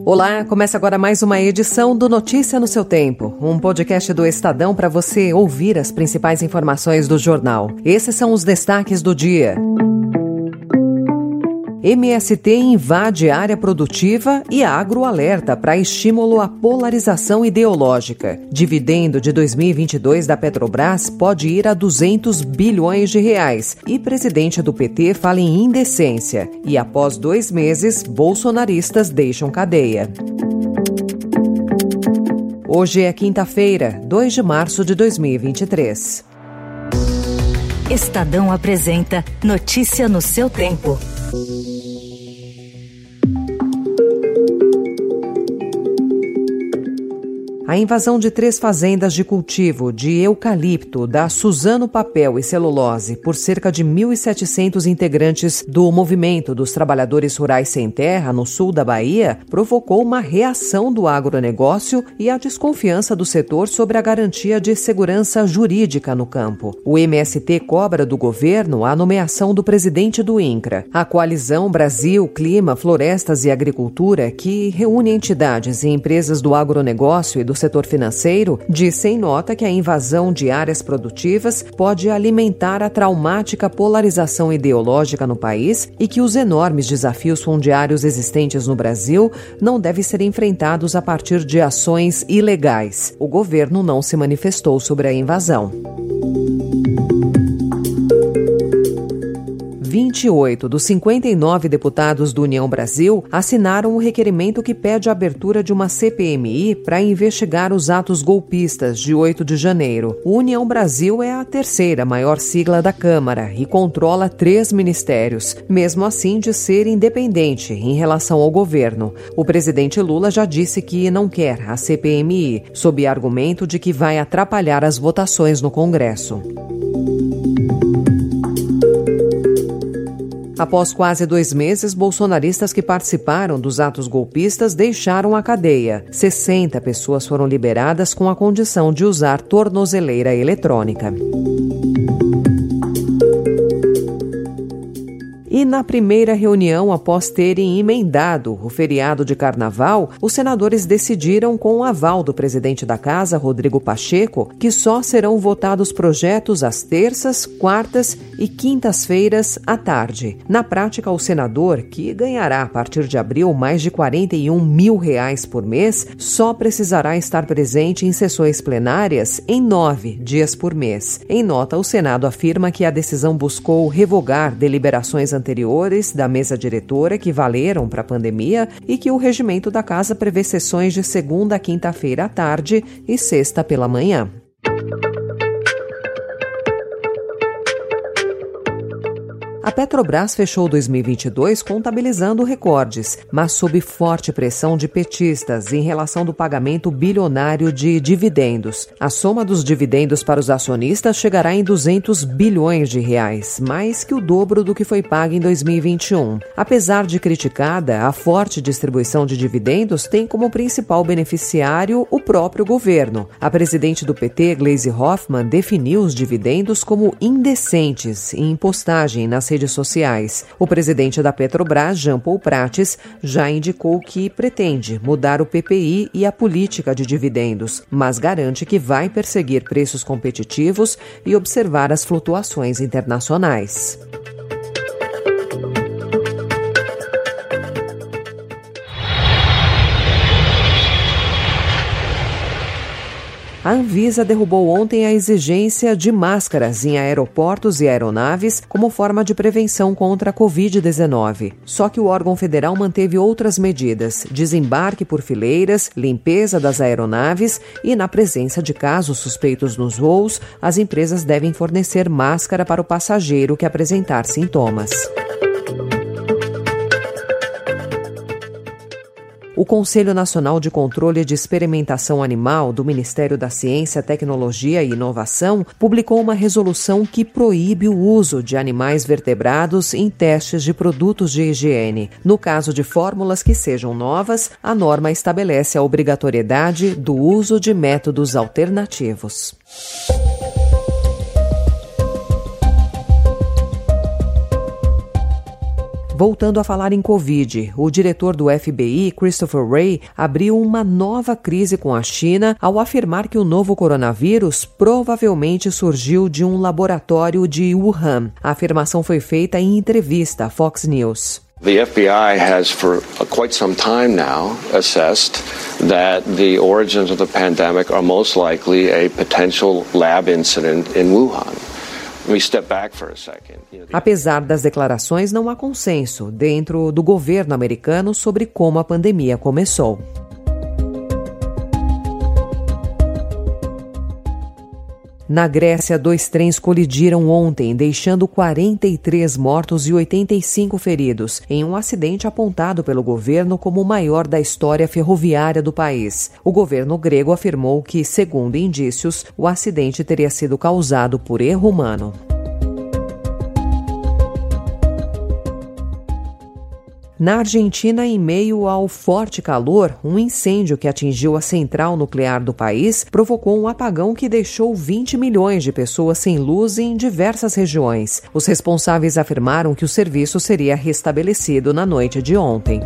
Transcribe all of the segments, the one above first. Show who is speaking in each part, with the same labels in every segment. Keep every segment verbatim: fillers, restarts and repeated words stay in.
Speaker 1: Olá, começa agora mais uma edição do Notícia no seu Tempo, um podcast do Estadão para você ouvir as principais informações do jornal. Esses são os destaques do dia. M S T invade área produtiva e agro alerta para estímulo à polarização ideológica. Dividendo de dois mil e vinte e dois da Petrobras pode ir a duzentos bilhões de reais e presidente do P T fala em indecência. E após dois meses, bolsonaristas deixam cadeia. Hoje é quinta-feira, dois de março de dois mil e vinte e três.
Speaker 2: Estadão apresenta Notícia no seu Tempo.
Speaker 1: A invasão de três fazendas de cultivo de eucalipto da Suzano Papel e Celulose por cerca de mil e setecentos integrantes do Movimento dos Trabalhadores Rurais Sem Terra, no sul da Bahia, provocou uma reação do agronegócio e a desconfiança do setor sobre a garantia de segurança jurídica no campo. O M S T cobra do governo a nomeação do presidente do INCRA. A coalizão Brasil, Clima, Florestas e Agricultura, que reúne entidades e empresas do agronegócio e do setor financeiro, disse em nota que a invasão de áreas produtivas pode alimentar a traumática polarização ideológica no país e que os enormes desafios fundiários existentes no Brasil não devem ser enfrentados a partir de ações ilegais. O governo não se manifestou sobre a invasão. vinte e oito dos cinquenta e nove deputados do União Brasil assinaram o requerimento que pede a abertura de uma C P M I para investigar os atos golpistas de oito de janeiro. O União Brasil é a terceira maior sigla da Câmara e controla três ministérios, mesmo assim de ser independente em relação ao governo. O presidente Lula já disse que não quer a C P M I, sob argumento de que vai atrapalhar as votações no Congresso. Após quase dois meses, bolsonaristas que participaram dos atos golpistas deixaram a cadeia. sessenta pessoas foram liberadas com a condição de usar tornozeleira eletrônica. E na primeira reunião, após terem emendado o feriado de carnaval, os senadores decidiram, com o aval do presidente da Casa, Rodrigo Pacheco, que só serão votados projetos às terças, quartas e quintas-feiras à tarde. Na prática, o senador, que ganhará a partir de abril mais de quarenta e um mil reais por mês, só precisará estar presente em sessões plenárias em nove dias por mês. Em nota, o Senado afirma que a decisão buscou revogar deliberações anteriores anteriores da mesa diretora que valeram para a pandemia e que o regimento da Casa prevê sessões de segunda a quinta-feira à tarde e sexta pela manhã. A Petrobras fechou dois mil e vinte e dois contabilizando recordes, mas sob forte pressão de petistas em relação do pagamento bilionário de dividendos. A soma dos dividendos para os acionistas chegará em duzentos bilhões de reais, mais que o dobro do que foi pago em dois mil e vinte e um. Apesar de criticada, a forte distribuição de dividendos tem como principal beneficiário o próprio governo. A presidente do P T, Gleisi Hoffmann, definiu os dividendos como indecentes em postagem nas redes sociais. O presidente da Petrobras, Jean Paul Prates, já indicou que pretende mudar o P P I e a política de dividendos, mas garante que vai perseguir preços competitivos e observar as flutuações internacionais. A Anvisa derrubou ontem a exigência de máscaras em aeroportos e aeronaves como forma de prevenção contra a covid dezenove. Só que o órgão federal manteve outras medidas: desembarque por fileiras, limpeza das aeronaves e, na presença de casos suspeitos nos voos, as empresas devem fornecer máscara para o passageiro que apresentar sintomas. O Conselho Nacional de Controle de Experimentação Animal do Ministério da Ciência, Tecnologia e Inovação publicou uma resolução que proíbe o uso de animais vertebrados em testes de produtos de higiene. No caso de fórmulas que sejam novas, a norma estabelece a obrigatoriedade do uso de métodos alternativos. Voltando a falar em Covid, o diretor do F B I, Christopher Wray, abriu uma nova crise com a China ao afirmar que o novo coronavírus provavelmente surgiu de um laboratório de Wuhan. A afirmação foi feita em entrevista à Fox News.
Speaker 3: The F B I has for quite some time now assessed that the origins of the pandemic are most likely a potential lab incident in Wuhan. We step back for a second.
Speaker 1: Apesar das declarações, não há consenso dentro do governo americano sobre como a pandemia começou. Na Grécia, dois trens colidiram ontem, deixando quarenta e três mortos e oitenta e cinco feridos, em um acidente apontado pelo governo como o maior da história ferroviária do país. O governo grego afirmou que, segundo indícios, o acidente teria sido causado por erro humano. Na Argentina, em meio ao forte calor, um incêndio que atingiu a central nuclear do país provocou um apagão que deixou vinte milhões de pessoas sem luz em diversas regiões. Os responsáveis afirmaram que o serviço seria restabelecido na noite de ontem.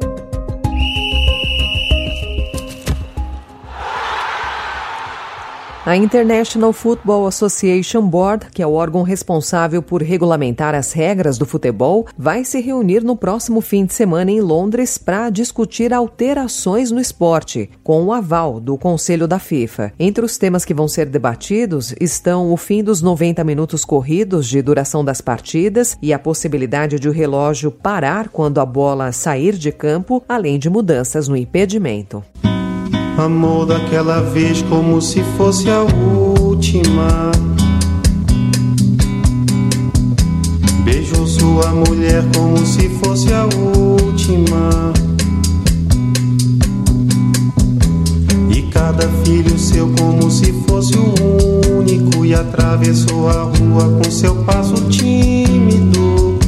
Speaker 1: A International Football Association Board, que é o órgão responsável por regulamentar as regras do futebol, vai se reunir no próximo fim de semana em Londres para discutir alterações no esporte, com o aval do Conselho da FIFA. Entre os temas que vão ser debatidos estão o fim dos noventa minutos corridos de duração das partidas e a possibilidade de o relógio parar quando a bola sair de campo, além de mudanças no impedimento.
Speaker 4: Amor daquela vez como se fosse a última. Beijou sua mulher como se fosse a última. E cada filho seu como se fosse o único. E atravessou a rua com seu passo tímido.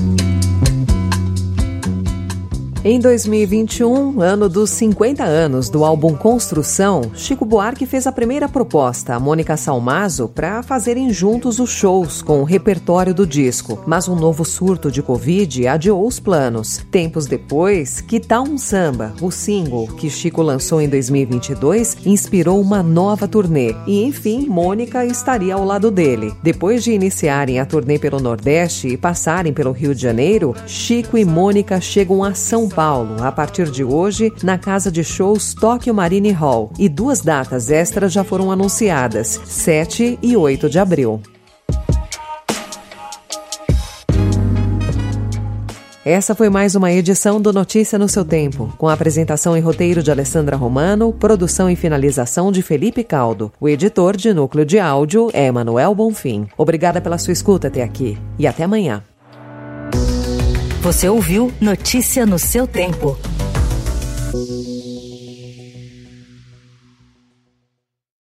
Speaker 1: Em dois mil e vinte e um, ano dos cinquenta anos do álbum Construção, Chico Buarque fez a primeira proposta a Mônica Salmazo para fazerem juntos os shows com o repertório do disco. Mas um novo surto de Covid adiou os planos. Tempos depois, Que Tal um Samba, o single que Chico lançou em dois mil e vinte e dois, inspirou uma nova turnê. E, enfim, Mônica estaria ao lado dele. Depois de iniciarem a turnê pelo Nordeste e passarem pelo Rio de Janeiro, Chico e Mônica chegam a São Paulo, a partir de hoje, na casa de shows Tóquio Marine Hall. E duas datas extras já foram anunciadas, sete e oito de abril. Essa foi mais uma edição do Notícia no Seu Tempo, com a apresentação e roteiro de Alessandra Romano, produção e finalização de Felipe Caldo. O editor de núcleo de áudio é Manuel Bonfim. Obrigada pela sua escuta até aqui e até amanhã.
Speaker 2: Você ouviu Notícia no Seu Tempo.